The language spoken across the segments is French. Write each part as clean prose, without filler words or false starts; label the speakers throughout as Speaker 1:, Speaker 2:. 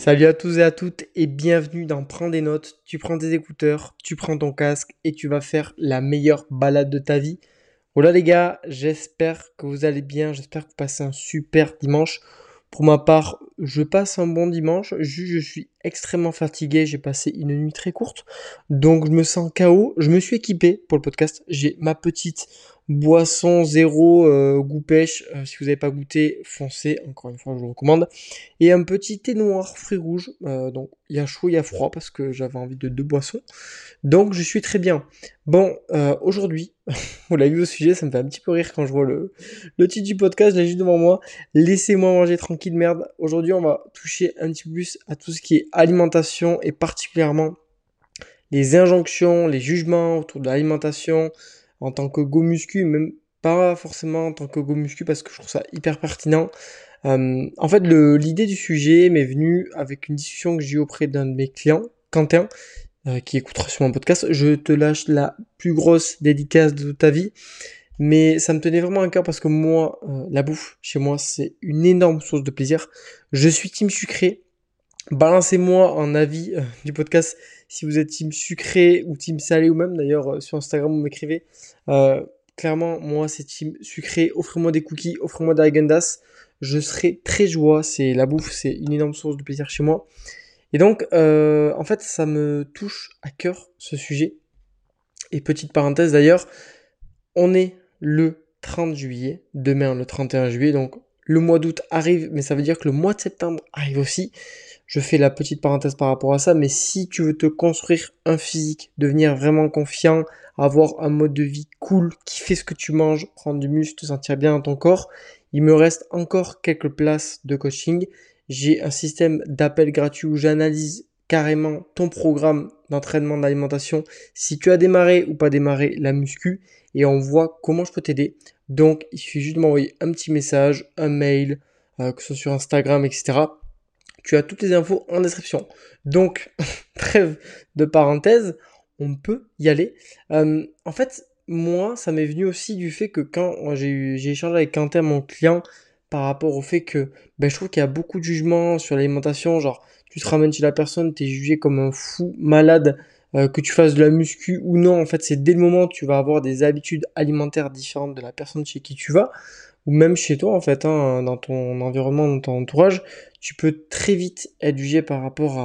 Speaker 1: Salut à tous et à toutes et bienvenue dans Prends des notes. Tu prends tes écouteurs, tu prends ton casque et tu vas faire la meilleure balade de ta vie. Voilà les gars, j'espère que vous allez bien, j'espère que vous passez un super dimanche. Pour ma part, je passe un bon dimanche, juste je suis extrêmement fatigué, j'ai passé une nuit très courte, donc je me sens KO. Je me suis équipé pour le podcast, j'ai ma petite boisson zéro goût pêche. Si vous n'avez pas goûté, foncez, encore une fois je vous recommande. Et un petit thé noir fruits rouges, donc il y a chaud, il y a froid parce que j'avais envie de deux boissons. Donc je suis très bien. Bon, aujourd'hui, vous l'avez vu au sujet, ça me fait un petit peu rire quand je vois le titre du podcast, je l'ai juste devant moi. Laissez-moi manger tranquille, merde. Aujourd'hui, on va toucher un petit peu plus à tout ce qui est alimentation et particulièrement les injonctions, les jugements autour de l'alimentation en tant que go muscu, même pas forcément en tant que go muscu parce que je trouve ça hyper pertinent. En fait, l'idée du sujet m'est venue avec une discussion que j'ai eue auprès d'un de mes clients, Quentin, qui écoutera sur mon podcast. Je te lâche la plus grosse dédicace de ta vie. Mais ça me tenait vraiment à cœur parce que moi, la bouffe, chez moi, c'est une énorme source de plaisir. Je suis team sucré. Balancez-moi en avis du podcast si vous êtes team sucré ou team salé ou même d'ailleurs sur Instagram vous m'écrivez. Euh, Clairement, moi c'est team sucré. Offrez-moi des cookies, offrez-moi des Häagen-Dazs. Je serai très joie. C'est la bouffe, c'est une énorme source de plaisir chez moi. Et donc, en fait, ça me touche à cœur ce sujet. Et petite parenthèse d'ailleurs, on est le 30 juillet, demain le 31 juillet, donc le mois d'août arrive, mais ça veut dire que le mois de septembre arrive aussi. Je fais la petite parenthèse par rapport à ça, mais si tu veux te construire un physique, devenir vraiment confiant, avoir un mode de vie cool, kiffer ce que tu manges, prendre du muscle, te sentir bien dans ton corps, il me reste encore quelques places de coaching. J'ai un système d'appel gratuit où j'analyse carrément ton programme d'entraînement d'alimentation, si tu as démarré ou pas démarré la muscu, et on voit comment je peux t'aider. Donc, il suffit juste de m'envoyer un petit message, un mail, que ce soit sur Instagram, etc. Tu as toutes les infos en description. Donc, trêve de parenthèse, on peut y aller. En fait, moi, ça m'est venu aussi du fait que quand j'ai échangé avec Quentin, mon client, par rapport au fait que je trouve qu'il y a beaucoup de jugements sur l'alimentation, genre tu te ramènes chez la personne, t'es jugé comme un fou malade, que tu fasses de la muscu ou non, en fait c'est dès le moment où tu vas avoir des habitudes alimentaires différentes de la personne chez qui tu vas, ou même chez toi en fait, hein, dans ton environnement, dans ton entourage, tu peux très vite être jugé par rapport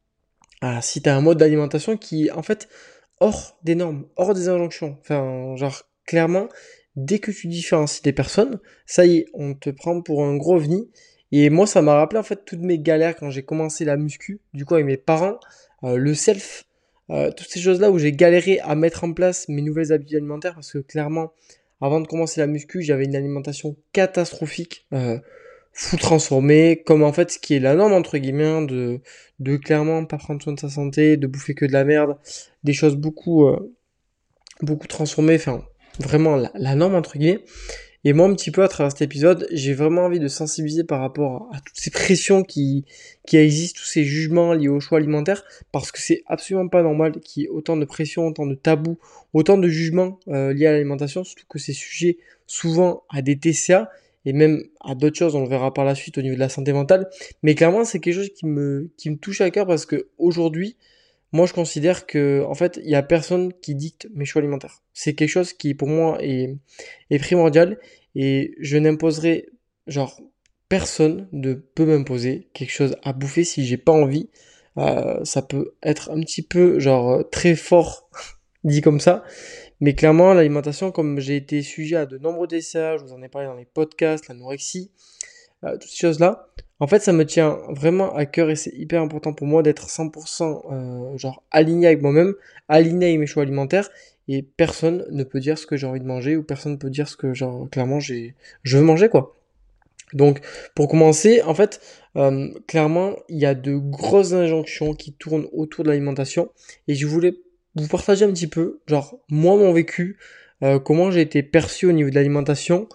Speaker 1: à si tu as un mode d'alimentation qui est en fait hors des normes, hors des injonctions. Enfin, genre clairement, dès que tu différencies des personnes, ça y est, on te prend pour un gros ovni. Et moi, ça m'a rappelé en fait toutes mes galères quand j'ai commencé la muscu, du coup avec mes parents, le self, toutes ces choses-là où j'ai galéré à mettre en place mes nouvelles habitudes alimentaires parce que clairement, avant de commencer la muscu, j'avais une alimentation catastrophique. Fou transformé, comme en fait ce qui est la norme entre guillemets, hein, de clairement pas prendre soin de sa santé, de bouffer que de la merde, des choses beaucoup transformées, enfin vraiment la norme entre guillemets. Et moi un petit peu à travers cet épisode, j'ai vraiment envie de sensibiliser par rapport à toutes ces pressions qui existent, tous ces jugements liés au choix alimentaire, parce que c'est absolument pas normal qu'il y ait autant de pression, autant de tabous, autant de jugements liés à l'alimentation, surtout que ces sujets souvent à des TCA et même à d'autres choses, on le verra par la suite au niveau de la santé mentale. Mais clairement, c'est quelque chose qui me touche à cœur parce que aujourd'hui, moi, je considère que, en fait, il y a personne qui dicte mes choix alimentaires. C'est quelque chose qui, pour moi, est primordial et je n'imposerai, genre, personne ne peut m'imposer quelque chose à bouffer si j'ai pas envie. Ça peut être un petit peu, genre, très fort dit comme ça, mais clairement, l'alimentation, comme j'ai été sujet à de nombreux TCA, je vous en ai parlé dans les podcasts, l'anorexie, toutes ces choses-là, en fait, ça me tient vraiment à cœur et c'est hyper important pour moi d'être 100% genre aligné avec moi-même, aligné avec mes choix alimentaires et personne ne peut dire ce que j'ai envie de manger ou personne ne peut dire ce que genre clairement je veux manger quoi. Donc pour commencer, en fait, clairement, il y a de grosses injonctions qui tournent autour de l'alimentation et je voulais vous partager un petit peu, genre moi mon vécu, comment j'ai été perçu au niveau de l'alimentation,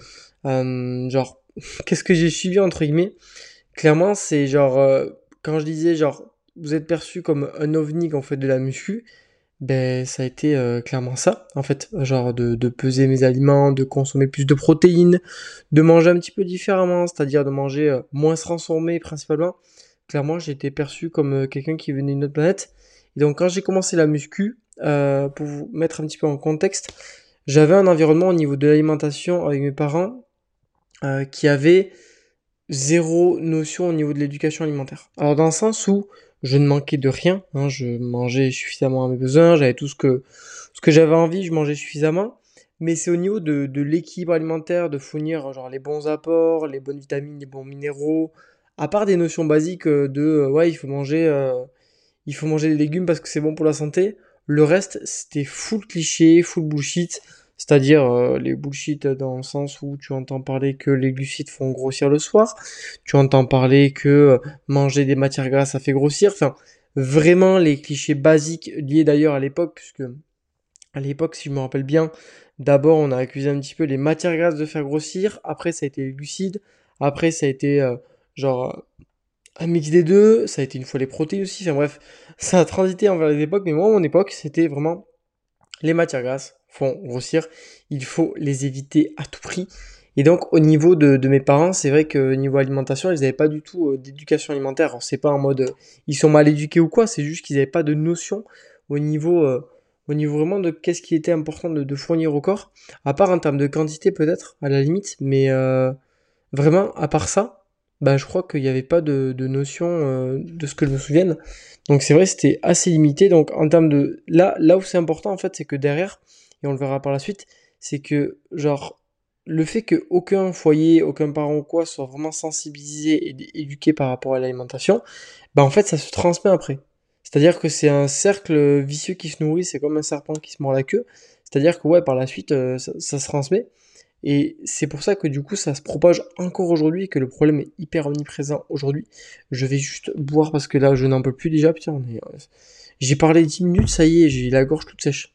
Speaker 1: genre qu'est-ce que j'ai suivi entre guillemets. Clairement, c'est genre, quand je disais genre, vous êtes perçu comme un ovni quand vous faites de la muscu, ben ça a été clairement ça, en fait, genre de peser mes aliments, de consommer plus de protéines, de manger un petit peu différemment, c'est-à-dire de manger moins transformé principalement, clairement, j'ai été perçu comme quelqu'un qui venait d'une autre planète. Et donc, quand j'ai commencé la muscu, pour vous mettre un petit peu en contexte, j'avais un environnement au niveau de l'alimentation avec mes parents qui avaient zéro notion au niveau de l'éducation alimentaire. Alors, dans le sens où je ne manquais de rien, hein, je mangeais suffisamment à mes besoins, j'avais tout ce que j'avais envie, je mangeais suffisamment. Mais c'est au niveau de l'équilibre alimentaire, de fournir genre les bons apports, les bonnes vitamines, les bons minéraux. À part des notions basiques ouais, il faut manger des légumes parce que c'est bon pour la santé. Le reste, c'était full cliché, full bullshit. C'est-à-dire les bullshit dans le sens où tu entends parler que les glucides font grossir le soir. Tu entends parler que manger des matières grasses, ça fait grossir. Enfin, vraiment les clichés basiques liés d'ailleurs à l'époque, puisque à l'époque, si je me rappelle bien, d'abord on a accusé un petit peu les matières grasses de faire grossir. Après, ça a été les glucides. Après, ça a été genre un mix des deux, ça a été une fois les protéines aussi, enfin bref, ça a transité envers les époques, mais moi, mon époque, c'était vraiment les matières grasses font grossir, il faut les éviter à tout prix. Et donc, au niveau de mes parents, c'est vrai que niveau alimentation, ils n'avaient pas du tout d'éducation alimentaire. Alors, c'est pas en mode ils sont mal éduqués ou quoi, c'est juste qu'ils n'avaient pas de notion au niveau, euh, au niveau vraiment de qu'est-ce qui était important de fournir au corps, à part en termes de quantité peut-être, à la limite, mais vraiment, à part ça, bah, je crois qu'il n'y avait pas de notion de ce que je me souvienne. Donc c'est vrai, c'était assez limité. Donc en termes de... Là où c'est important, en fait, c'est que derrière, et on le verra par la suite, c'est que, genre, le fait qu'aucun foyer, aucun parent ou quoi soit vraiment sensibilisé et éduqué par rapport à l'alimentation, bah en fait, ça se transmet après. C'est-à-dire que c'est un cercle vicieux qui se nourrit, c'est comme un serpent qui se mord la queue. C'est-à-dire que, ouais, par la suite, ça se transmet. Et c'est pour ça que du coup ça se propage encore aujourd'hui et que le problème est hyper omniprésent aujourd'hui. Je vais juste boire parce que là je n'en peux plus déjà, putain, j'ai parlé 10 minutes, ça y est, j'ai la gorge toute sèche.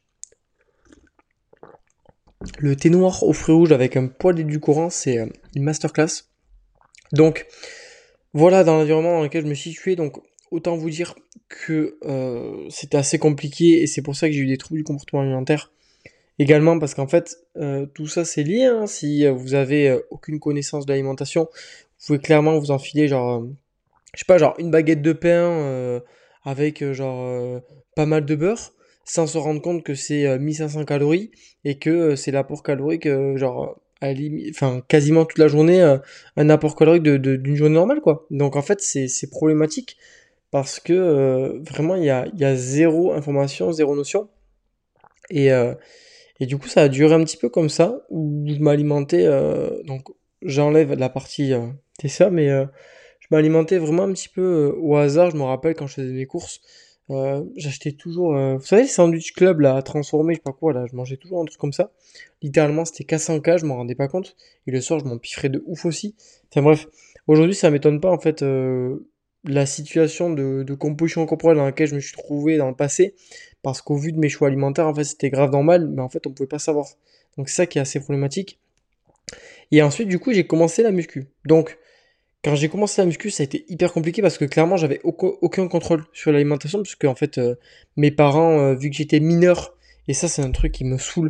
Speaker 1: Le thé noir aux fruits rouges avec un poil d'édulcorant, c'est une masterclass. Donc voilà dans l'environnement dans lequel je me situais, donc autant vous dire que c'était assez compliqué et c'est pour ça que j'ai eu des troubles du comportement alimentaire. Également parce qu'en fait, tout ça c'est lié, hein. Si vous avez aucune connaissance de l'alimentation, vous pouvez clairement vous enfiler genre, je sais pas, genre une baguette de pain avec pas mal de beurre, sans se rendre compte que c'est 1500 calories et que c'est l'apport calorique, à la enfin quasiment toute la journée, un apport calorique d'une journée normale quoi. Donc en fait c'est problématique parce que vraiment il y a zéro information, zéro notion. Et, euh, et du coup, ça a duré un petit peu comme ça, où je m'alimentais, donc j'enlève la partie TCA, mais je m'alimentais vraiment un petit peu au hasard. Je me rappelle quand je faisais mes courses, j'achetais toujours, vous savez, les sandwich club là, transformés, je sais pas quoi, là, je mangeais toujours un truc comme ça. Littéralement, c'était K100K, je m'en rendais pas compte. Et le soir, je m'en pifferais de ouf aussi. Enfin bref, aujourd'hui, ça m'étonne pas en fait la situation de composition corporelle dans laquelle je me suis trouvé dans le passé. Parce qu'au vu de mes choix alimentaires, en fait, c'était grave normal, mais en fait, on pouvait pas savoir. Donc c'est ça qui est assez problématique. Et ensuite, du coup, j'ai commencé la muscu. Donc, quand j'ai commencé la muscu, ça a été hyper compliqué parce que clairement, j'avais aucun contrôle sur l'alimentation, parce que en fait, mes parents, vu que j'étais mineur, et ça, c'est un truc qui me saoule,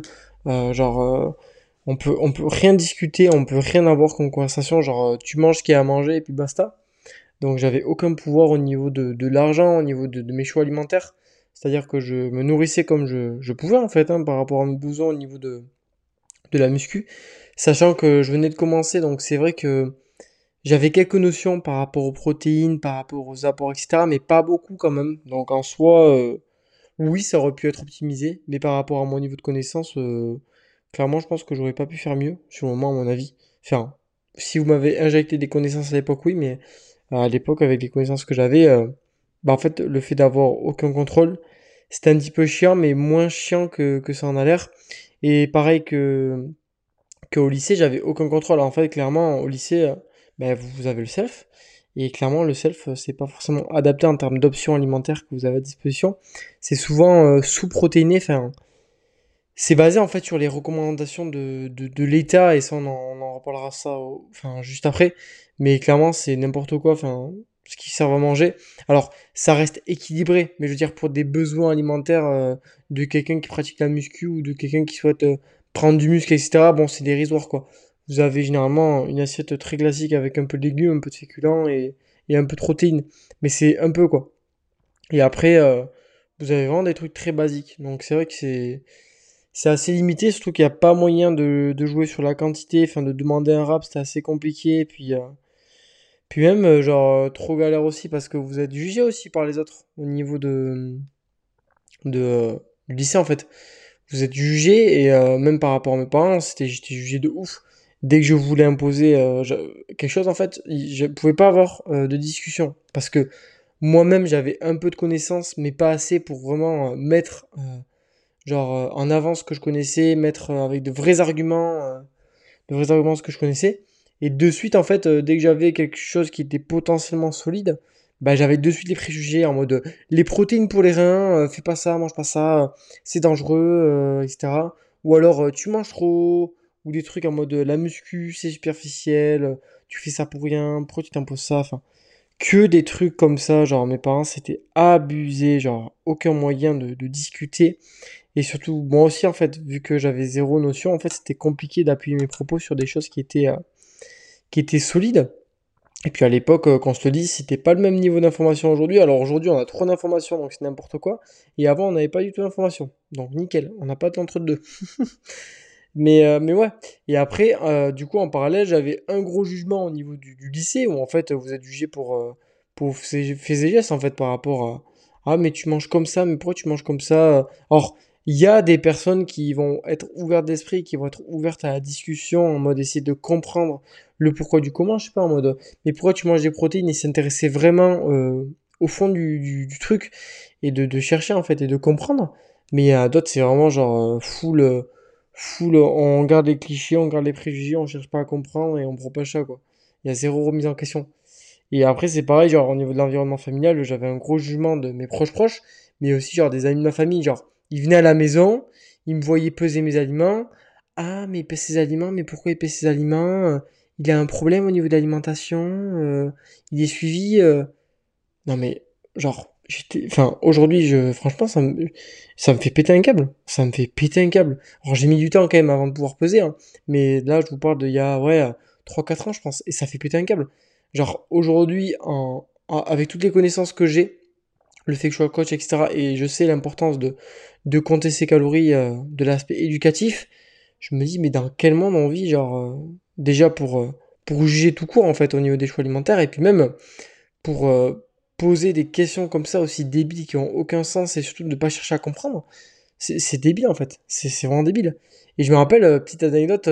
Speaker 1: on peut rien discuter, on peut rien avoir comme conversation, tu manges ce qu'il y a à manger et puis basta. Donc j'avais aucun pouvoir au niveau de l'argent, au niveau de mes choix alimentaires. C'est-à-dire que je me nourrissais comme je pouvais en fait, hein, par rapport à mes besoins au niveau de la muscu. Sachant que je venais de commencer, donc c'est vrai que j'avais quelques notions par rapport aux protéines, par rapport aux apports, etc. Mais pas beaucoup quand même. Donc en soi, oui, ça aurait pu être optimisé. Mais par rapport à mon niveau de connaissance, clairement, je pense que j'aurais pas pu faire mieux, sur le moment, à mon avis. Enfin, si vous m'avez injecté des connaissances à l'époque, oui, mais à l'époque, avec les connaissances que j'avais, bah en fait, le fait d'avoir aucun contrôle, c'était un petit peu chiant, mais moins chiant que ça en a l'air. Et pareil qu'au lycée, j'avais aucun contrôle. En fait, clairement, au lycée, bah, vous avez le self. Et clairement, le self, c'est pas forcément adapté en termes d'options alimentaires que vous avez à disposition. C'est souvent sous-protéiné. Enfin, c'est basé en fait sur les recommandations de l'État. Et ça, on en reparlera ça enfin, juste après. Mais clairement, c'est n'importe quoi. Enfin, ce qui sert à manger. Alors, ça reste équilibré. Mais je veux dire, pour des besoins alimentaires de quelqu'un qui pratique la muscu ou de quelqu'un qui souhaite prendre du muscle, etc. Bon, c'est dérisoire quoi. Vous avez généralement une assiette très classique avec un peu de légumes, un peu de féculents et un peu de protéines. Mais c'est un peu quoi. Et après, vous avez vraiment des trucs très basiques. Donc c'est vrai que c'est assez limité, surtout qu'il n'y a pas moyen de jouer sur la quantité, enfin de demander un rap, c'était assez compliqué. Puis même, genre, trop galère aussi parce que vous êtes jugé aussi par les autres au niveau du lycée en fait. Vous êtes jugé et même par rapport à mes parents, j'étais jugé de ouf. Dès que je voulais imposer quelque chose, en fait, je pouvais pas avoir de discussion parce que moi-même j'avais un peu de connaissances, mais pas assez pour vraiment mettre en avant ce que je connaissais, mettre avec de vrais arguments ce que je connaissais. Et de suite, en fait, dès que j'avais quelque chose qui était potentiellement solide, bah, j'avais de suite les préjugés en mode les protéines pour les reins, fais pas ça, mange pas ça, c'est dangereux, etc. Ou alors tu manges trop, ou des trucs en mode la muscu, c'est superficiel, tu fais ça pour rien, pourquoi tu t'imposes ça, enfin, que des trucs comme ça, genre mes parents c'était abusé, genre aucun moyen de discuter. Et surtout, moi aussi, en fait, vu que j'avais zéro notion, en fait, c'était compliqué d'appuyer mes propos sur des choses qui étaient solides. Et puis à l'époque, qu'on se le dise, c'était pas le même niveau d'information aujourd'hui. Alors aujourd'hui, on a trop d'informations, donc c'est n'importe quoi. Et avant, on n'avait pas du tout d'informations. Donc nickel, on n'a pas d'entre-deux. Mais ouais. Et après, du coup, en parallèle, j'avais un gros jugement au niveau du lycée, où en fait, vous êtes jugé pour ces faits et gestes, en fait, par rapport à ah, mais tu manges comme ça, mais pourquoi tu manges comme ça? Or, il y a des personnes qui vont être ouvertes d'esprit, qui vont être ouvertes à la discussion, en mode essayer de comprendre le pourquoi du comment, je sais pas, en mode mais pourquoi tu manges des protéines et s'intéresser vraiment au fond du truc et de chercher, en fait, et de comprendre. Mais il y a d'autres, c'est vraiment genre full, on garde les clichés, on garde les préjugés, on cherche pas à comprendre et on prend pas ça, quoi. Il y a zéro remise en question. Et après, c'est pareil, genre, au niveau de l'environnement familial, j'avais un gros jugement de mes proches, mais aussi, genre, des amis de ma famille. Genre, ils venaient à la maison, ils me voyaient peser mes aliments. Ah, mais il pèse ses aliments, mais pourquoi il pèse ses aliments? Il a un problème au niveau de l'alimentation, il est suivi. Non mais, genre, enfin, aujourd'hui, franchement, ça me fait péter un câble. Ça me fait péter un câble. Alors, j'ai mis du temps quand même avant de pouvoir peser, hein. Mais là, je vous parle d'il y a, ouais, 3-4 ans, je pense. Et ça fait péter un câble. Genre, aujourd'hui, avec toutes les connaissances que j'ai, le fait que je sois coach, etc., et je sais l'importance de compter ses calories, de l'aspect éducatif, je me dis, mais dans quel monde on vit, genre, déjà pour juger tout court, en fait, au niveau des choix alimentaires, et puis même, pour poser des questions comme ça aussi débiles qui ont aucun sens et surtout de ne pas chercher à comprendre, c'est débile en fait. C'est vraiment débile. Et je me rappelle, petite anecdote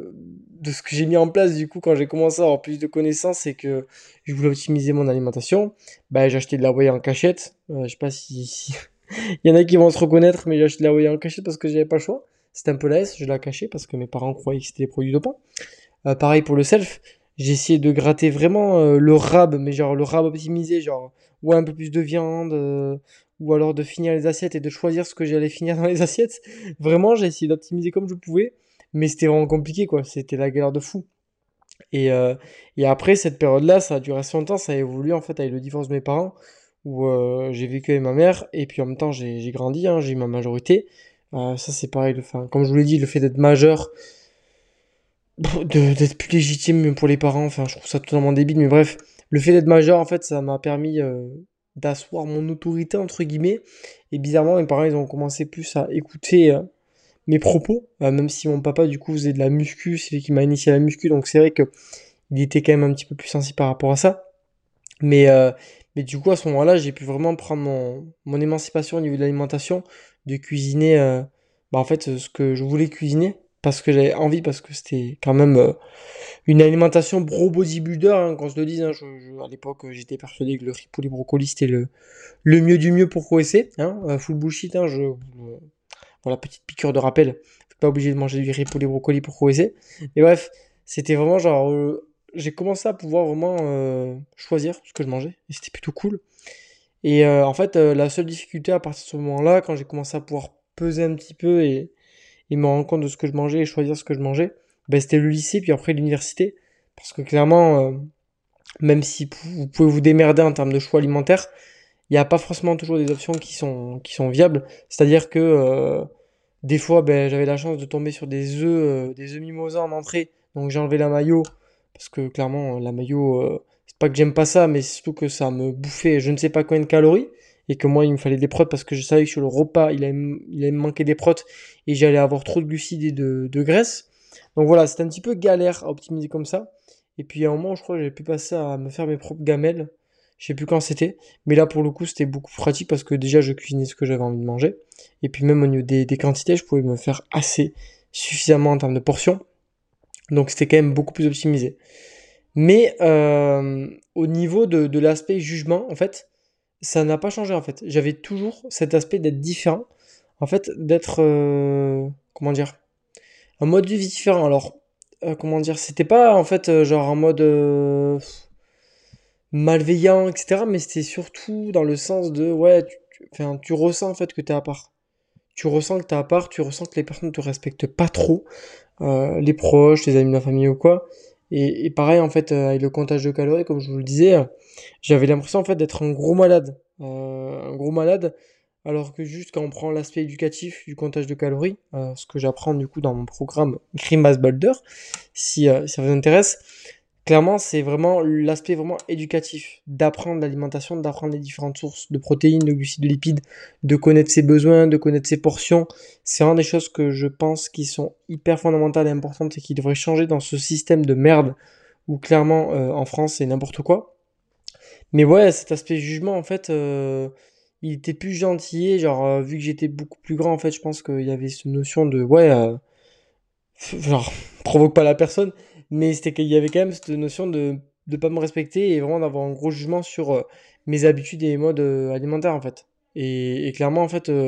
Speaker 1: de ce que j'ai mis en place du coup quand j'ai commencé à avoir plus de connaissances et que je voulais optimiser mon alimentation. Bah, j'ai acheté de la whey en cachette. Je sais pas si il y en a qui vont se reconnaître, mais j'ai acheté de la whey en cachette parce que j'avais pas le choix. C'était un peu la S, je la cachais parce que mes parents croyaient que c'était des produits dopants. Pareil pour le self, j'ai essayé de gratter vraiment le rab, mais genre le rab optimisé, genre ouais un peu plus de viande, ou alors de finir les assiettes et de choisir ce que j'allais finir dans les assiettes. Vraiment, j'ai essayé d'optimiser comme je pouvais, mais c'était vraiment compliqué quoi, c'était la galère de fou. Et, euh, et après cette période-là, ça a duré assez longtemps, ça a évolué en fait avec le divorce de mes parents, où j'ai vécu avec ma mère, et puis en même temps j'ai grandi, hein, j'ai eu ma majorité. Ça c'est pareil, enfin, comme je vous l'ai dit, le fait d'être majeur, d'être plus légitime pour les parents, enfin je trouve ça totalement débile, mais bref, le fait d'être majeur en fait ça m'a permis d'asseoir mon autorité entre guillemets, et bizarrement mes parents ils ont commencé plus à écouter mes propos, même si mon papa du coup faisait de la muscu, c'est lui qui m'a initié à la muscu, donc c'est vrai que il était quand même un petit peu plus sensible par rapport à ça, mais, euh, mais du coup à ce moment-là j'ai pu vraiment prendre mon émancipation au niveau de l'alimentation, de cuisiner bah, en fait ce que je voulais cuisiner, parce que j'avais envie, parce que c'était quand même une alimentation bro bodybuilder, hein, qu'on se le dise. Hein, à l'époque, j'étais persuadé que le riz poulet brocoli c'était le mieux du mieux pour progresser. Hein, full bullshit. Hein, voilà, petite piqûre de rappel. T'es pas obligé de manger du riz poulet brocoli pour progresser. Et bref, c'était vraiment genre. J'ai commencé à pouvoir vraiment choisir ce que je mangeais. Et c'était plutôt cool. Et en fait, la seule difficulté à partir de ce moment-là, quand j'ai commencé à pouvoir peser un petit peu et me rendre compte de ce que je mangeais et choisir ce que je mangeais, ben, c'était le lycée, puis après l'université. Parce que clairement, même si vous pouvez vous démerder en termes de choix alimentaires, il n'y a pas forcément toujours des options qui sont viables. C'est-à-dire que des fois, ben, j'avais la chance de tomber sur des œufs mimosa en entrée. Donc j'ai enlevé la mayo, parce que clairement, la mayo, C'est pas que j'aime pas ça, mais c'est surtout que ça me bouffait je ne sais pas combien de calories. Et que moi, il me fallait des protes parce que je savais que sur le repas, il allait me manquer des protes et j'allais avoir trop de glucides et de graisse. Donc voilà, c'était un petit peu galère à optimiser comme ça. Et puis à un moment, je crois que j'avais pu passer à me faire mes propres gamelles. Je sais plus quand c'était. Mais là, pour le coup, c'était beaucoup plus pratique parce que déjà, je cuisinais ce que j'avais envie de manger. Et puis même au niveau des quantités, je pouvais me faire assez suffisamment en termes de portions. Donc c'était quand même beaucoup plus optimisé. Mais au niveau de l'aspect jugement, en fait, ça n'a pas changé en fait. J'avais toujours cet aspect d'être différent. En fait, d'être... comment dire? Un mode de vie différent. Alors, comment dire? C'était pas en fait genre un mode malveillant, etc. Mais c'était surtout dans le sens de... Ouais, enfin, tu ressens en fait que t'es à part. Tu ressens que t'es à part, tu ressens que les personnes te respectent pas trop. Les proches, les amis de la famille ou quoi. Et pareil, en fait, avec le comptage de calories, comme je vous le disais, j'avais l'impression, en fait, d'être un gros malade. Un gros malade, alors que juste quand on prend l'aspect éducatif du comptage de calories, ce que j'apprends du coup dans mon programme Grimace Boulder, si ça vous intéresse, clairement, c'est vraiment l'aspect vraiment éducatif, d'apprendre l'alimentation, d'apprendre les différentes sources de protéines, de glucides, de lipides, de connaître ses besoins, de connaître ses portions. C'est vraiment des choses que je pense qui sont hyper fondamentales et importantes et qui devraient changer dans ce système de merde où clairement en France c'est n'importe quoi. Mais ouais, cet aspect jugement en fait, il était plus gentil, genre vu que j'étais beaucoup plus grand en fait, je pense qu'il y avait cette notion de ouais, genre provoque pas la personne, mais c'était qu'il y avait quand même cette notion de pas me respecter et vraiment d'avoir un gros jugement sur mes habitudes et mes modes alimentaires en fait. Et clairement en fait,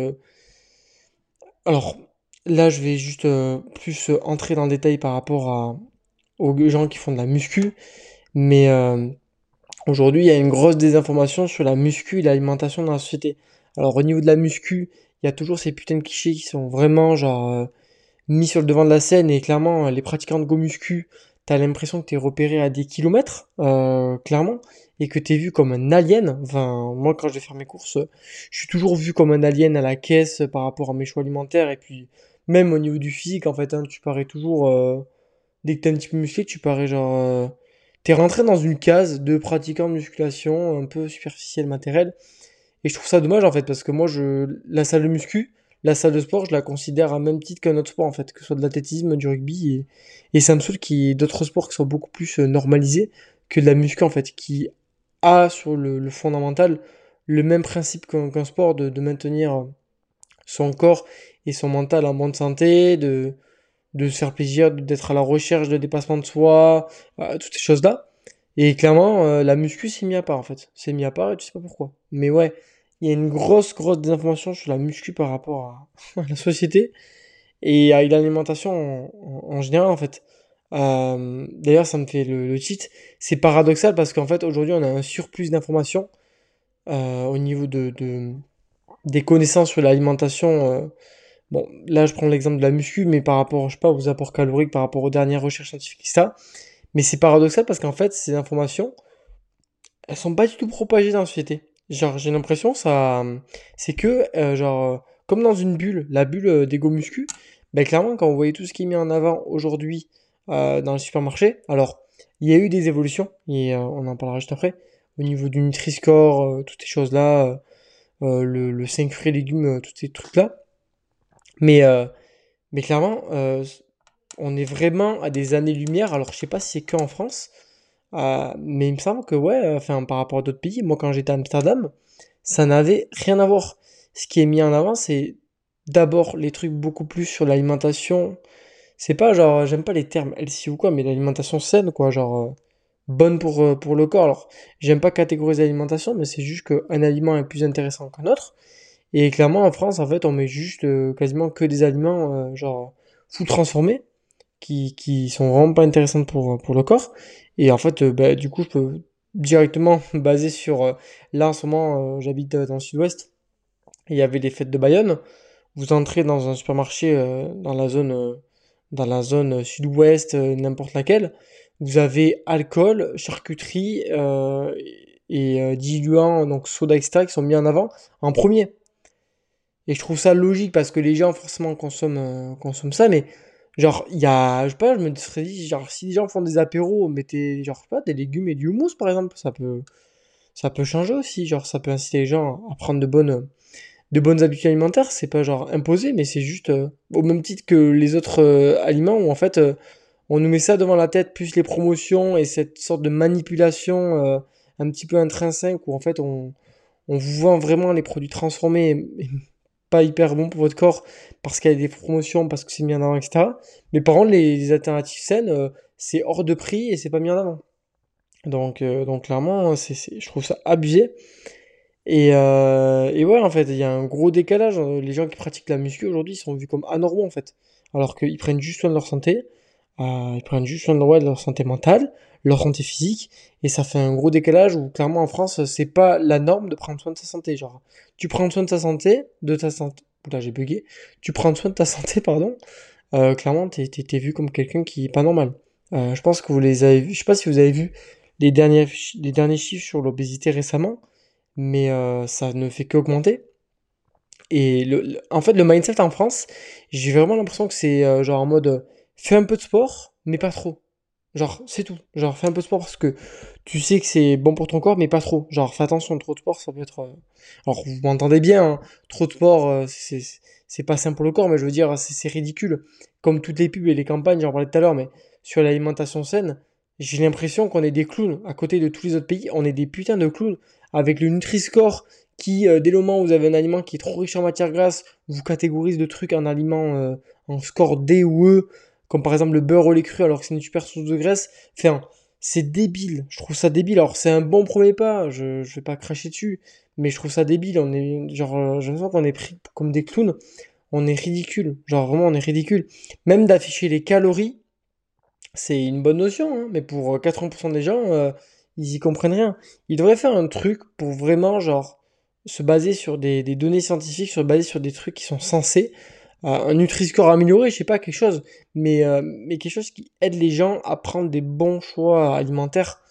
Speaker 1: alors là je vais juste plus entrer dans le détail par rapport aux gens qui font de la muscu, mais aujourd'hui il y a une grosse désinformation sur la muscu et l'alimentation dans la société. Alors au niveau de la muscu, il y a toujours ces putains de clichés qui sont vraiment genre mis sur le devant de la scène et clairement les pratiquants de go muscu, t'as l'impression que t'es repéré à des kilomètres, clairement, et que t'es vu comme un alien. Enfin, moi quand je vais faire mes courses, je suis toujours vu comme un alien à la caisse par rapport à mes choix alimentaires et puis même au niveau du physique en fait, hein, tu parais toujours dès que t'es un petit peu musclé, tu parais genre t'es rentré dans une case de pratiquant de musculation un peu superficiel matériel et je trouve ça dommage en fait, parce que moi, la salle de muscu, la salle de sport, je la considère à même titre qu'un autre sport en fait, que ce soit de l'athlétisme, du rugby, et ça me saoule qu'il y ait d'autres sports qui soient beaucoup plus normalisés que de la muscu en fait, qui a sur le fondamental le même principe qu'un sport de maintenir son corps et son mental en bonne santé, de se faire plaisir, d'être à la recherche de dépassement de soi, toutes ces choses-là. Et clairement, la muscu c'est mis à part en fait. C'est mis à part et tu sais pas pourquoi. Mais ouais, il y a une grosse désinformation sur la muscu par rapport à la société et à l'alimentation en général en fait. D'ailleurs, ça me fait le cheat. C'est paradoxal parce qu'en fait, aujourd'hui, on a un surplus d'informations au niveau des connaissances sur l'alimentation. Bon, là, je prends l'exemple de la muscu, mais par rapport, je sais pas, aux apports caloriques, par rapport aux dernières recherches scientifiques, ça. Mais c'est paradoxal parce qu'en fait, ces informations, elles sont pas du tout propagées dans la société. Genre, j'ai l'impression, ça, c'est que, comme dans une bulle, la bulle des go muscu, ben clairement, quand vous voyez tout ce qui est mis en avant aujourd'hui dans le supermarché, alors, il y a eu des évolutions, et on en parlera juste après, au niveau du Nutri-Score, toutes ces choses-là, le 5 fruits et légumes, tous ces trucs-là. Mais, euh, mais clairement, on est vraiment à des années-lumière. Alors, je sais pas si c'est qu'en France, mais il me semble que, ouais, enfin, par rapport à d'autres pays, moi, quand j'étais à Amsterdam, ça n'avait rien à voir. Ce qui est mis en avant, c'est d'abord les trucs beaucoup plus sur l'alimentation. C'est pas genre, j'aime pas les termes healthy ou quoi, mais l'alimentation saine, quoi, genre, bonne pour le corps. Alors, j'aime pas catégoriser l'alimentation, mais c'est juste qu'un aliment est plus intéressant qu'un autre. Et clairement, en France, en fait, on met juste quasiment que des aliments, genre, full transformés qui sont vraiment pas intéressantes pour le corps. Et en fait, bah, du coup, je peux directement me baser sur... là, en ce moment, j'habite dans le sud-ouest. Et il y avait les fêtes de Bayonne. Vous entrez dans un supermarché dans la zone sud-ouest, n'importe laquelle. Vous avez alcool, charcuterie et diluants, donc soda, etc., qui sont mis en avant en premier. Et je trouve ça logique parce que les gens forcément consomment ça, mais Genre, il y a, je sais pas, je me serais dit, genre, si les gens font des apéros, mettez, genre, je sais pas, des légumes et du houmous, par exemple, ça peut changer aussi, genre, ça peut inciter les gens à prendre de bonnes habitudes alimentaires, c'est pas genre imposé, mais c'est juste au même titre que les autres aliments où en fait on nous met ça devant la tête, plus les promotions et cette sorte de manipulation un petit peu intrinsèque où en fait on vous vend vraiment les produits transformés et pas hyper bons pour votre corps parce qu'il y a des promotions, parce que c'est mis en avant, etc. Mais par contre, les alternatives saines, c'est hors de prix et c'est pas mis en avant. Donc clairement, je trouve ça abusé. Et ouais, en fait, il y a un gros décalage. Les gens qui pratiquent la muscu aujourd'hui sont vus comme anormaux, en fait. Alors qu'ils prennent juste soin de leur santé, ils prennent juste soin ouais, de leur santé mentale, leur santé physique, et ça fait un gros décalage où, clairement, en France, c'est pas la norme de prendre soin de sa santé. Genre, tu prends soin de ta santé, oula, j'ai bugué, tu prends soin de ta santé, pardon, clairement, t'es vu comme quelqu'un qui est pas normal. Je pense que vous les avez vus, je sais pas si vous avez vu les derniers chiffres sur l'obésité récemment, mais ça ne fait qu'augmenter. Et en fait, le mindset en France, j'ai vraiment l'impression que c'est genre en mode fais un peu de sport, mais pas trop. Genre, c'est tout. Genre, fais un peu de sport parce que tu sais que c'est bon pour ton corps, mais pas trop. Genre, fais attention, trop de sport, ça peut être. Alors, vous m'entendez bien, hein, trop de sport, c'est pas sain pour le corps, mais je veux dire, c'est ridicule. Comme toutes les pubs et les campagnes, j'en parlais tout à l'heure, mais sur l'alimentation saine, j'ai l'impression qu'on est des clowns. À côté de tous les autres pays, on est des putains de clowns. Avec le Nutri-Score qui, dès le moment où vous avez un aliment qui est trop riche en matière grasse, vous catégorise de trucs en aliments en score D ou E, comme par exemple le beurre au lait cru alors que c'est une super source de graisse. Enfin, c'est débile. Je trouve ça débile. Alors, c'est un bon premier pas. Je vais pas cracher dessus. Mais je trouve ça débile. On est, genre, j'ai l'impression qu'on est pris comme des clowns. On est ridicule. Genre, vraiment, on est ridicule. Même d'afficher les calories, c'est une bonne notion, hein, mais pour 80% des gens, ils y comprennent rien. Ils devraient faire un truc pour vraiment, genre, se baser sur des données scientifiques, se baser sur des trucs qui sont censés, un Nutri-Score amélioré, je sais pas, quelque chose, mais quelque chose qui aide les gens à prendre des bons choix alimentaires.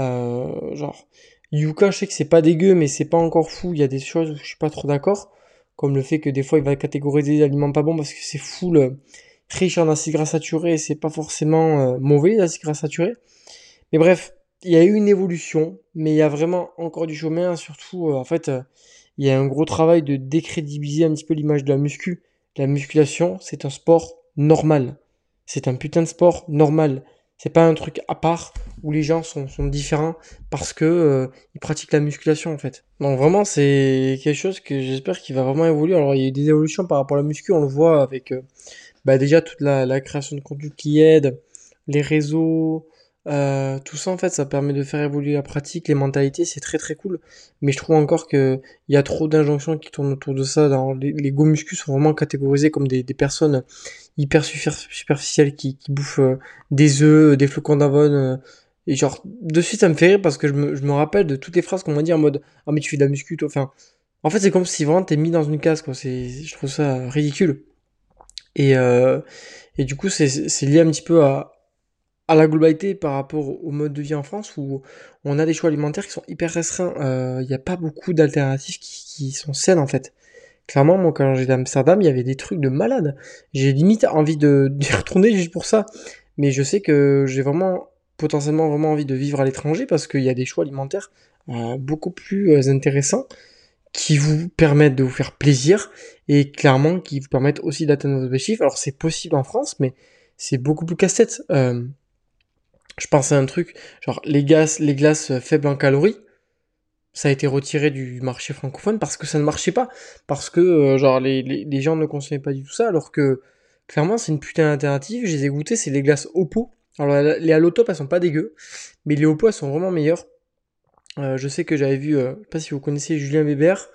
Speaker 1: Genre, Yuka, je sais que c'est pas dégueu, mais c'est pas encore fou. Il y a des choses où je suis pas trop d'accord, comme le fait que des fois il va catégoriser les aliments pas bons parce que c'est full riche en acides gras saturés, c'est pas forcément mauvais les acides gras saturés. Mais bref, il y a eu une évolution, mais il y a vraiment encore du chemin, surtout en fait, il y a un gros travail de décrédibiliser un petit peu l'image de la muscu. La musculation, c'est un sport normal. C'est un putain de sport normal. C'est pas un truc à part où les gens sont différents parce que ils pratiquent la musculation en fait. Donc vraiment c'est quelque chose que j'espère qu'il va vraiment évoluer. Alors il y a eu des évolutions par rapport à la muscu, on le voit avec bah déjà toute la création de contenu qui aide, les réseaux, tout ça en fait ça permet de faire évoluer la pratique, les mentalités, c'est très très cool. Mais je trouve encore que il y a trop d'injonctions qui tournent autour de ça. Dans les go muscu sont vraiment catégorisés comme des personnes hyper superficielles qui bouffent des œufs, des flocons d'avoine. Et genre de suite ça me fait rire parce que je me rappelle de toutes les phrases qu'on m'a dit en mode ah mais tu fais de la muscu toi. Enfin en fait c'est comme si vraiment t'es mis dans une case quoi. Je trouve ça ridicule. Et, euh, et du coup, c'est lié un petit peu à la globalité par rapport au mode de vie en France où on a des choix alimentaires qui sont hyper restreints. Il n'y a pas beaucoup d'alternatives qui sont saines en fait. Clairement, moi, quand j'étais à Amsterdam, il y avait des trucs de malade. J'ai limite envie d'y retourner juste pour ça. Mais je sais que j'ai vraiment, potentiellement, vraiment envie de vivre à l'étranger parce qu'il y a des choix alimentaires beaucoup plus intéressants qui vous permettent de vous faire plaisir et clairement qui vous permettent aussi d'atteindre vos objectifs. Alors c'est possible en France, mais c'est beaucoup plus casse-tête. Je pense à un truc, genre les glaces faibles en calories, ça a été retiré du marché francophone parce que ça ne marchait pas, parce que genre les gens ne consommaient pas du tout ça, alors que clairement c'est une putain d'alternative. Je les ai goûtées, c'est les glaces Oppo. Alors les Allotop elles sont pas dégueu, mais les Oppo elles sont vraiment meilleures. Je sais que j'avais vu, je sais pas si vous connaissez Julien Weber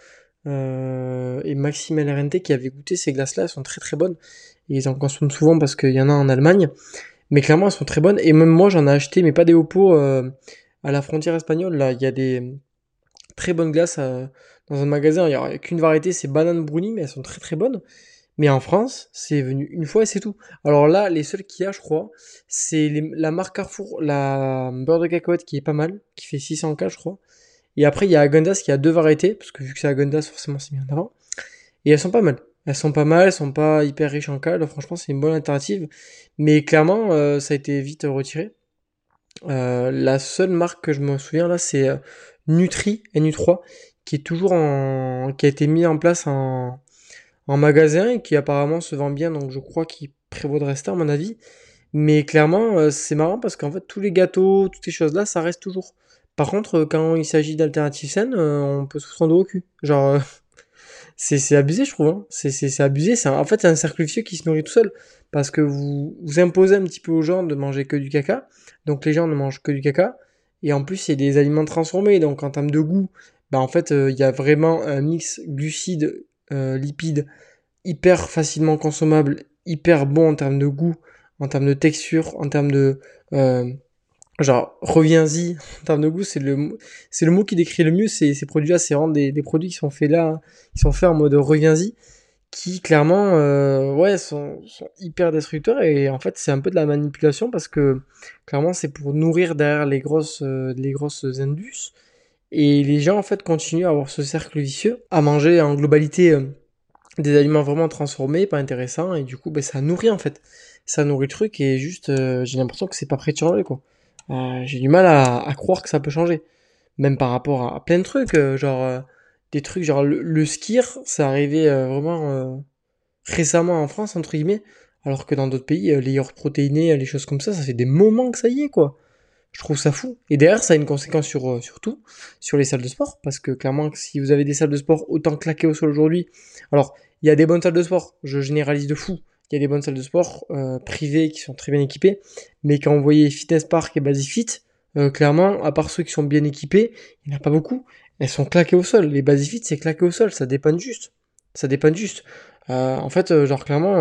Speaker 1: et Maxime LRNT qui avaient goûté ces glaces-là, elles sont très très bonnes. Et ils en consomment souvent parce qu'il y en a en Allemagne. Mais clairement, elles sont très bonnes. Et même moi, j'en ai acheté, mais pas des Oppo, à la frontière espagnole. Là, il y a des très bonnes glaces dans un magasin. Il y a qu'une variété, c'est banane brownie, mais elles sont très très bonnes. Mais en France, c'est venu une fois et c'est tout. Alors là, les seuls qu'il y a, je crois, c'est la marque Carrefour, la beurre de cacahuète qui est pas mal, qui fait 600K, je crois. Et après, il y a Agendas qui a deux variétés, parce que vu que c'est Agendas, forcément, c'est mis en avant. Et elles sont pas mal. Elles sont pas mal, elles sont pas hyper riches en calories. Franchement, c'est une bonne alternative. Mais clairement, ça a été vite retiré. La seule marque que je me souviens là, c'est Nutri, NU3, qui est toujours qui a été mis en place en magasin et qui apparemment se vend bien. Donc je crois qu'il prévaut de rester à mon avis. Mais clairement, c'est marrant parce qu'en fait, tous les gâteaux, toutes ces choses-là, ça reste toujours. Par contre, quand il s'agit d'alternatives saines, on peut se foutre en dos au cul. Genre, c'est abusé, je trouve. Hein. C'est abusé. En fait, c'est un cercle vicieux qui se nourrit tout seul. Parce que vous imposez un petit peu aux gens de manger que du caca. Donc les gens ne mangent que du caca. Et en plus, c'est des aliments transformés. Donc en termes de goût, bah en fait, il y a vraiment un mix glucides, lipides, hyper facilement consommable, hyper bon en termes de goût, en termes de texture, en termes de euh, genre reviens-y en termes de goût, c'est le mot qui décrit le mieux ces produits-là. C'est vraiment des produits qui sont faits là, qui sont faits en mode reviens-y, qui clairement ouais sont hyper destructeurs et en fait c'est un peu de la manipulation parce que clairement c'est pour nourrir derrière les grosses indus et les gens en fait continuent à avoir ce cercle vicieux, à manger en globalité des aliments vraiment transformés, pas intéressants, et du coup, ben, ça nourrit en fait. Ça nourrit le truc, et juste, j'ai l'impression que c'est pas prêt de changer, quoi. J'ai du mal à croire que ça peut changer. Même par rapport à plein de trucs, des trucs genre le skir, c'est arrivé vraiment récemment en France, entre guillemets, alors que dans d'autres pays, les yaourts protéinés, les choses comme ça fait des moments que ça y est, quoi. Je trouve ça fou. Et derrière, ça a une conséquence sur tout, sur les salles de sport, parce que clairement, si vous avez des salles de sport autant claquées au sol aujourd'hui, alors il y a des bonnes salles de sport, je généralise de fou. Il y a des bonnes salles de sport privées qui sont très bien équipées, mais quand vous voyez Fitness Park et Basic Fit, clairement, à part ceux qui sont bien équipés, il n'y en a pas beaucoup. Elles sont claquées au sol. Les Basic Fit, c'est claqué au sol, ça dépanne juste. Ça dépanne juste. En fait, genre clairement,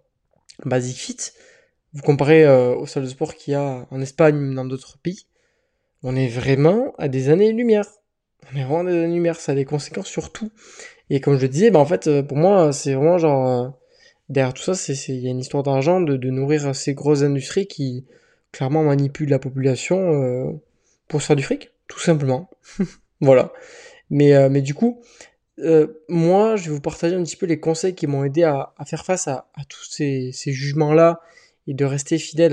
Speaker 1: Basic Fit, vous comparez aux salles de sport qu'il y a en Espagne ou dans d'autres pays, on est vraiment à des années-lumière. On est vraiment à des années-lumière, ça a des conséquences sur tout. Et comme je le disais, bah en fait, pour moi, c'est vraiment derrière tout ça, il y a une histoire d'argent, de nourrir ces grosses industries qui, clairement, manipulent la population pour se faire du fric, tout simplement. Voilà. Mais du coup, moi, je vais vous partager un petit peu les conseils qui m'ont aidé à faire face à tous ces jugements-là et de rester fidèle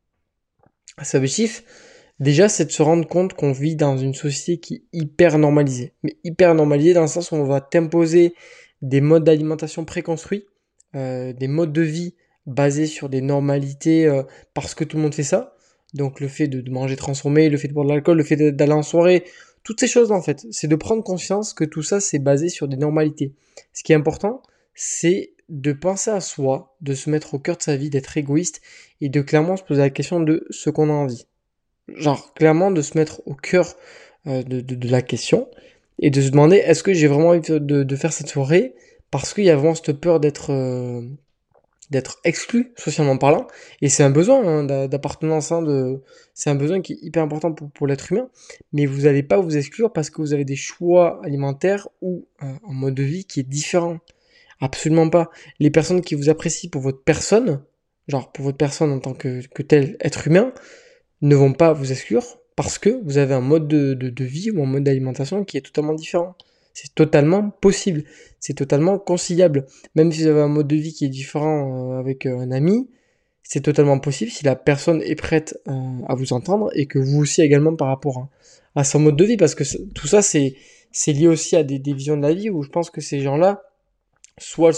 Speaker 1: à cet objectif. Déjà, c'est de se rendre compte qu'on vit dans une société qui est hyper normalisée. Mais hyper normalisée dans le sens où on va t'imposer des modes d'alimentation préconstruits, des modes de vie basés sur des normalités parce que tout le monde fait ça. Donc le fait de manger transformé, le fait de boire de l'alcool, le fait d'aller en soirée, toutes ces choses en fait. C'est de prendre conscience que tout ça c'est basé sur des normalités. Ce qui est important, c'est de penser à soi, de se mettre au cœur de sa vie, d'être égoïste et de clairement se poser la question de ce qu'on a envie. Genre, clairement, de se mettre au cœur de la question et de se demander est-ce que j'ai vraiment envie de faire cette soirée parce qu'il y a vraiment cette peur d'être exclu socialement parlant et c'est un besoin hein, d'appartenance c'est un besoin qui est hyper important pour l'être humain mais vous n'allez pas vous exclure parce que vous avez des choix alimentaires ou un mode de vie qui est différent. Absolument pas. Les personnes qui vous apprécient pour votre personne, genre pour votre personne en tant que tel être humain, ne vont pas vous exclure parce que vous avez un mode de vie ou un mode d'alimentation qui est totalement différent. C'est totalement possible, c'est totalement conciliable. Même si vous avez un mode de vie qui est différent avec un ami, c'est totalement possible si la personne est prête à vous entendre et que vous aussi également par rapport à son mode de vie. Parce que tout ça, c'est lié aussi à des visions de la vie où je pense que ces gens-là, soit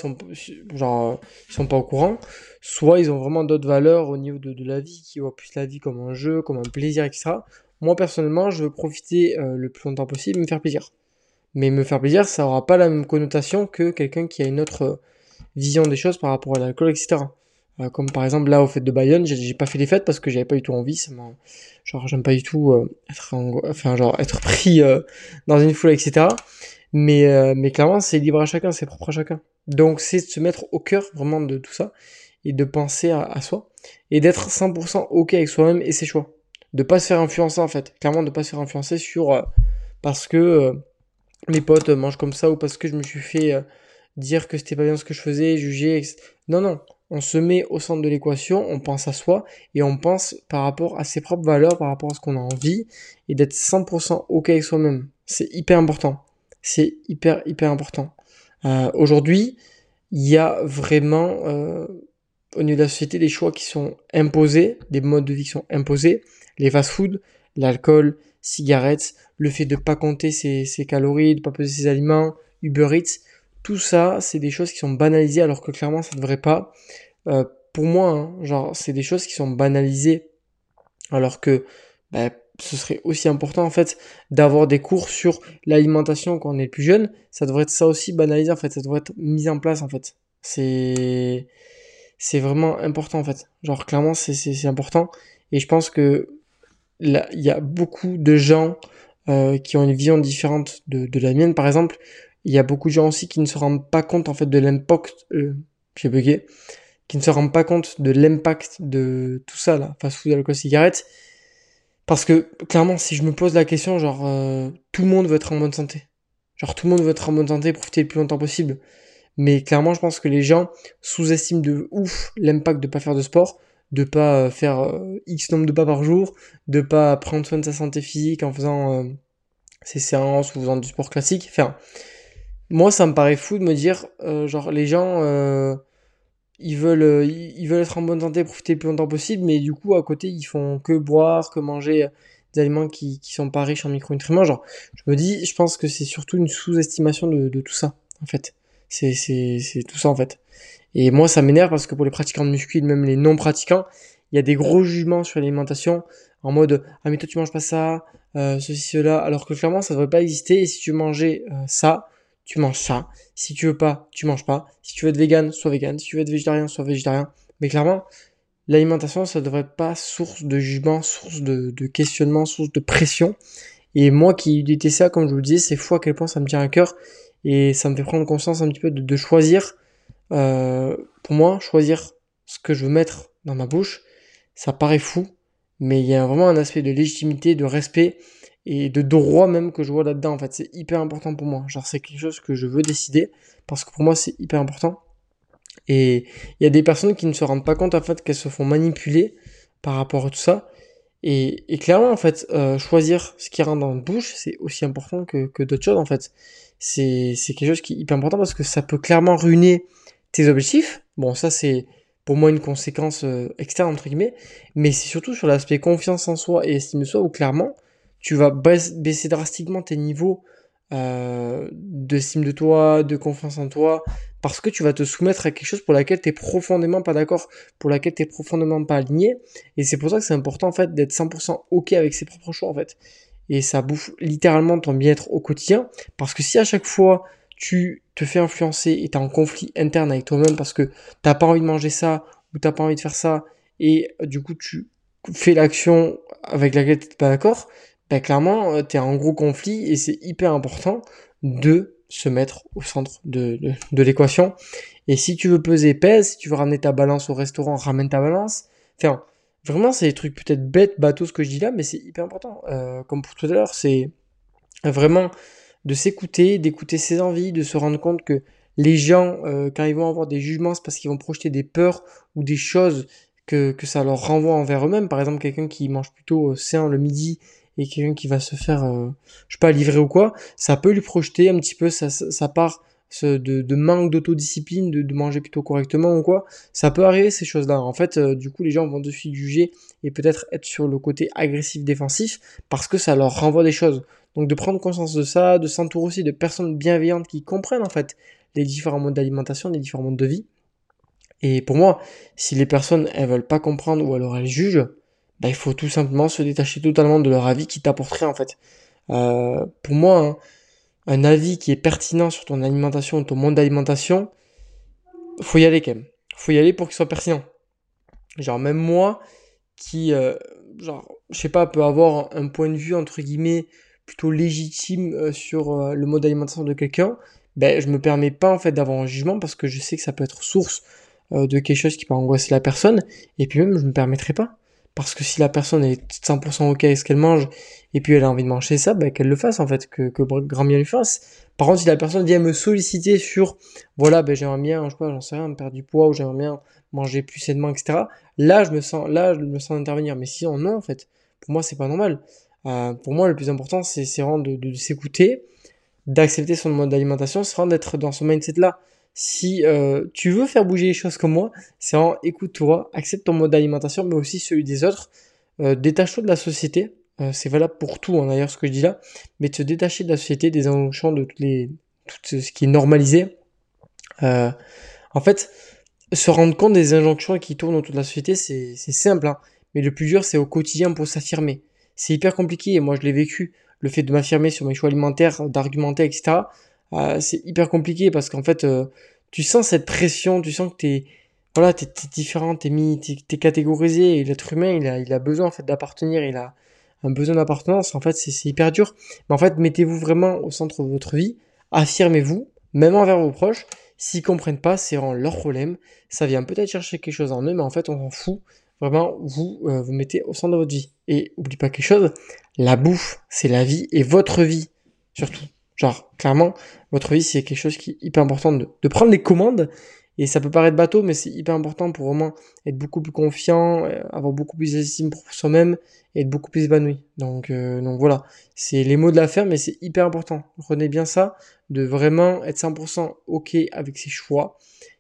Speaker 1: ils sont pas au courant, soit ils ont vraiment d'autres valeurs au niveau de la vie, qui voient plus la vie comme un jeu, comme un plaisir, etc. Moi, personnellement, je veux profiter le plus longtemps possible et me faire plaisir. Mais me faire plaisir, ça aura pas la même connotation que quelqu'un qui a une autre vision des choses par rapport à l'alcool, etc. Comme par exemple là au fête de Bayonne, j'ai pas fait les fêtes parce que j'avais pas du tout envie, genre j'aime pas du tout enfin genre être pris dans une foule, etc. Mais clairement, c'est libre à chacun, c'est propre à chacun. Donc, c'est de se mettre au cœur vraiment de tout ça et de penser à soi et d'être 100% OK avec soi-même et ses choix. De pas se faire influencer en fait. Clairement, de pas se faire influencer sur parce que mes potes mangent comme ça ou parce que je me suis fait dire que c'était pas bien ce que je faisais, juger, etc. Non, non. On se met au centre de l'équation, on pense à soi et on pense par rapport à ses propres valeurs, par rapport à ce qu'on a envie et d'être 100% OK avec soi-même. C'est hyper important. C'est hyper, hyper important. Aujourd'hui, il y a vraiment, au niveau de la société, des choix qui sont imposés, des modes de vie qui sont imposés, les fast-food, l'alcool, cigarettes, le fait de pas compter ses calories, de pas peser ses aliments, Uber Eats, tout ça, c'est des choses qui sont banalisées alors que clairement ça devrait pas. Euh, pour moi, hein, genre, c'est des choses qui sont banalisées alors que bah, ce serait aussi important en fait d'avoir des cours sur l'alimentation quand on est plus jeune. Ça devrait être ça aussi banalisé en fait, ça devrait être mis en place en fait. C'est c'est vraiment important en fait. Genre clairement c'est important et je pense que là il y a beaucoup de gens qui ont une vision différente de la mienne par exemple. Il y a beaucoup de gens aussi qui ne se rendent pas compte en fait de l'impact j'ai bugué, qui ne se rendent pas compte de l'impact de tout ça là, fast-food, alcool, cigarette. Parce que clairement, si je me pose la question, genre tout le monde veut être en bonne santé. Genre tout le monde veut être en bonne santé, profiter le plus longtemps possible. Mais clairement, je pense que les gens sous-estiment de ouf l'impact de pas faire de sport, de pas faire X nombre de pas par jour, de pas prendre soin de sa santé physique en faisant ses séances ou en faisant du sport classique. Enfin, moi, ça me paraît fou de me dire, genre les gens, ils veulent être en bonne santé, profiter le plus longtemps possible, mais du coup, à côté, ils font que boire, que manger des aliments qui sont pas riches en micronutriments. Genre, je me dis, je pense que c'est surtout une sous-estimation de tout ça, en fait. C'est tout ça, en fait. Et moi, ça m'énerve parce que pour les pratiquants de muscu, et même les non-pratiquants, il y a des gros jugements sur l'alimentation, en mode, ah, mais toi, tu manges pas ça, ceci, cela, alors que clairement, ça devrait pas exister, et si tu mangeais ça, tu manges ça. Si tu veux pas, tu manges pas. Si tu veux être vegan, sois vegan. Si tu veux être végétarien, sois végétarien. Mais clairement, l'alimentation, ça devrait être pas source de jugement, source de questionnement, source de pression. Et moi qui déteste ça, comme je vous le disais, c'est fou à quel point ça me tient à cœur. Et ça me fait prendre conscience un petit peu de choisir. Pour moi, choisir ce que je veux mettre dans ma bouche, ça paraît fou. Mais il y a vraiment un aspect de légitimité, de respect et de droit même que je vois là-dedans. En fait, c'est hyper important pour moi. Genre, c'est quelque chose que je veux décider parce que pour moi, c'est hyper important. Et il y a des personnes qui ne se rendent pas compte en fait qu'elles se font manipuler par rapport à tout ça. Et clairement, en fait, choisir ce qui rentre dans notre bouche, c'est aussi important que d'autres choses, en fait. C'est quelque chose qui est hyper important parce que ça peut clairement ruiner tes objectifs. Bon, ça, c'est pour moi une conséquence externe, entre guillemets. Mais c'est surtout sur l'aspect confiance en soi et estime de soi où clairement, tu vas baisser drastiquement tes niveaux d'estime de toi, de confiance en toi, parce que tu vas te soumettre à quelque chose pour laquelle tu es profondément pas d'accord, pour laquelle tu es profondément pas aligné. Et c'est pour ça que c'est important en fait d'être 100% ok avec ses propres choix en fait. Et ça bouffe littéralement ton bien-être au quotidien. Parce que si à chaque fois tu te fais influencer et t'es en conflit interne avec toi-même parce que t'as pas envie de manger ça ou t'as pas envie de faire ça et du coup tu fais l'action avec laquelle t'es pas d'accord, ben clairement t'es en gros conflit et c'est hyper important de se mettre au centre de l'équation. Et si tu veux peser, pèse. Si tu veux ramener ta balance au restaurant, ramène ta balance. Enfin, vraiment, c'est des trucs peut-être bêtes, bateaux, ce que je dis là, mais c'est hyper important. Comme pour tout à l'heure, c'est vraiment de s'écouter, d'écouter ses envies, de se rendre compte que les gens, quand ils vont avoir des jugements, c'est parce qu'ils vont projeter des peurs ou des choses que ça leur renvoie envers eux-mêmes. Par exemple, quelqu'un qui mange plutôt sain le midi et quelqu'un qui va se faire, je sais pas, livrer ou quoi, ça peut lui projeter un petit peu sa part de manque d'autodiscipline, de manger plutôt correctement ou quoi. Ça peut arriver ces choses-là. En fait, du coup, les gens vont de suite juger et peut-être être sur le côté agressif défensif parce que ça leur renvoie des choses. Donc de prendre conscience de ça, de s'entourer aussi de personnes bienveillantes qui comprennent en fait les différents modes d'alimentation, les différents modes de vie. Et pour moi, si les personnes elles veulent pas comprendre ou alors elles jugent, bah, il faut tout simplement se détacher totalement de leur avis qui t'apporterait en fait. Pour moi, hein, un avis qui est pertinent sur ton alimentation, ton mode d'alimentation, faut y aller quand même. Faut y aller pour qu'il soit pertinent. Genre même moi, qui, genre, je sais pas, peut avoir un point de vue entre guillemets plutôt légitime sur le mode d'alimentation de quelqu'un, ben je me permets pas en fait d'avoir un jugement parce que je sais que ça peut être source de quelque chose qui peut angoisser la personne, et puis même je me permettrai pas. Parce que si la personne est 100% ok avec ce qu'elle mange, et puis elle a envie de manger ça, ben qu'elle le fasse en fait, que grand bien lui fasse. Par contre, si la personne vient me solliciter sur, voilà, ben j'aimerais bien, je sais pas, j'en sais rien, perdre du poids, ou j'aimerais bien manger plus sainement, etc. Là, je me sens intervenir. Mais sinon, non, en fait. Pour moi, c'est pas normal. Pour moi, le plus important, c'est vraiment de s'écouter, d'accepter son mode d'alimentation, c'est vraiment d'être dans ce mindset-là. Si tu veux faire bouger les choses comme moi, c'est vraiment écoute-toi, accepte ton mode d'alimentation, mais aussi celui des autres. Détache-toi de la société. C'est valable pour tout, hein, d'ailleurs, ce que je dis là. Mais te détacher de la société, des injonctions, de tout ce qui est normalisé. Euh, En fait, se rendre compte des injonctions qui tournent autour de la société, c'est simple, hein. Mais le plus dur, c'est au quotidien pour s'affirmer. C'est hyper compliqué, et moi je l'ai vécu. Le fait de m'affirmer sur mes choix alimentaires, d'argumenter, etc. C'est hyper compliqué parce qu'en fait, tu sens cette pression, tu sens que voilà, t'es différent, t'es catégorisé. Et l'être humain, il a besoin en fait d'appartenir, il a un besoin d'appartenance. En fait, c'est hyper dur. Mais en fait, mettez-vous vraiment au centre de votre vie, affirmez-vous, même envers vos proches. S'ils comprennent pas, c'est vraiment leur problème. Ça vient peut-être chercher quelque chose en eux, mais en fait, on s'en fout. Vraiment, vous mettez au centre de votre vie. Et oublie pas quelque chose, la bouffe, c'est la vie et votre vie, surtout. Genre, clairement, votre vie, c'est quelque chose qui est hyper important de prendre les commandes. Et ça peut paraître bateau, mais c'est hyper important pour vraiment être beaucoup plus confiant, avoir beaucoup plus d'estime pour soi-même et être beaucoup plus épanoui. Donc voilà, c'est les mots de la ferme, mais c'est hyper important. Retenez bien ça, de vraiment être 100% OK avec ses choix.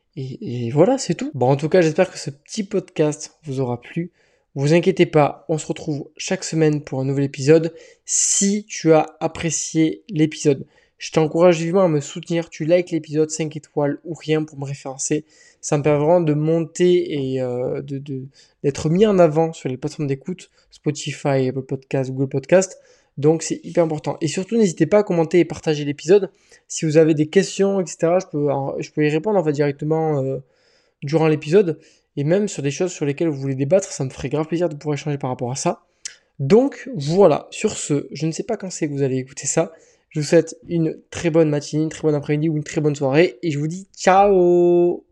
Speaker 1: Et voilà, c'est tout. Bon, en tout cas, j'espère que ce petit podcast vous aura plu. Vous inquiétez pas, on se retrouve chaque semaine pour un nouvel épisode. Si tu as apprécié l'épisode, je t'encourage vivement à me soutenir. Tu likes l'épisode 5 étoiles ou rien pour me référencer. Ça me permet vraiment de monter et d'être mis en avant sur les plateformes d'écoute, Spotify, Apple Podcast, Google Podcast. Donc c'est hyper important. Et surtout, n'hésitez pas à commenter et partager l'épisode. Si vous avez des questions, etc., je peux y répondre en fait directement durant l'épisode. Et même sur des choses sur lesquelles vous voulez débattre, ça me ferait grave plaisir de pouvoir échanger par rapport à ça. Donc voilà, sur ce, je ne sais pas quand c'est que vous allez écouter ça. Je vous souhaite une très bonne matinée, une très bonne après-midi ou une très bonne soirée. Et je vous dis ciao!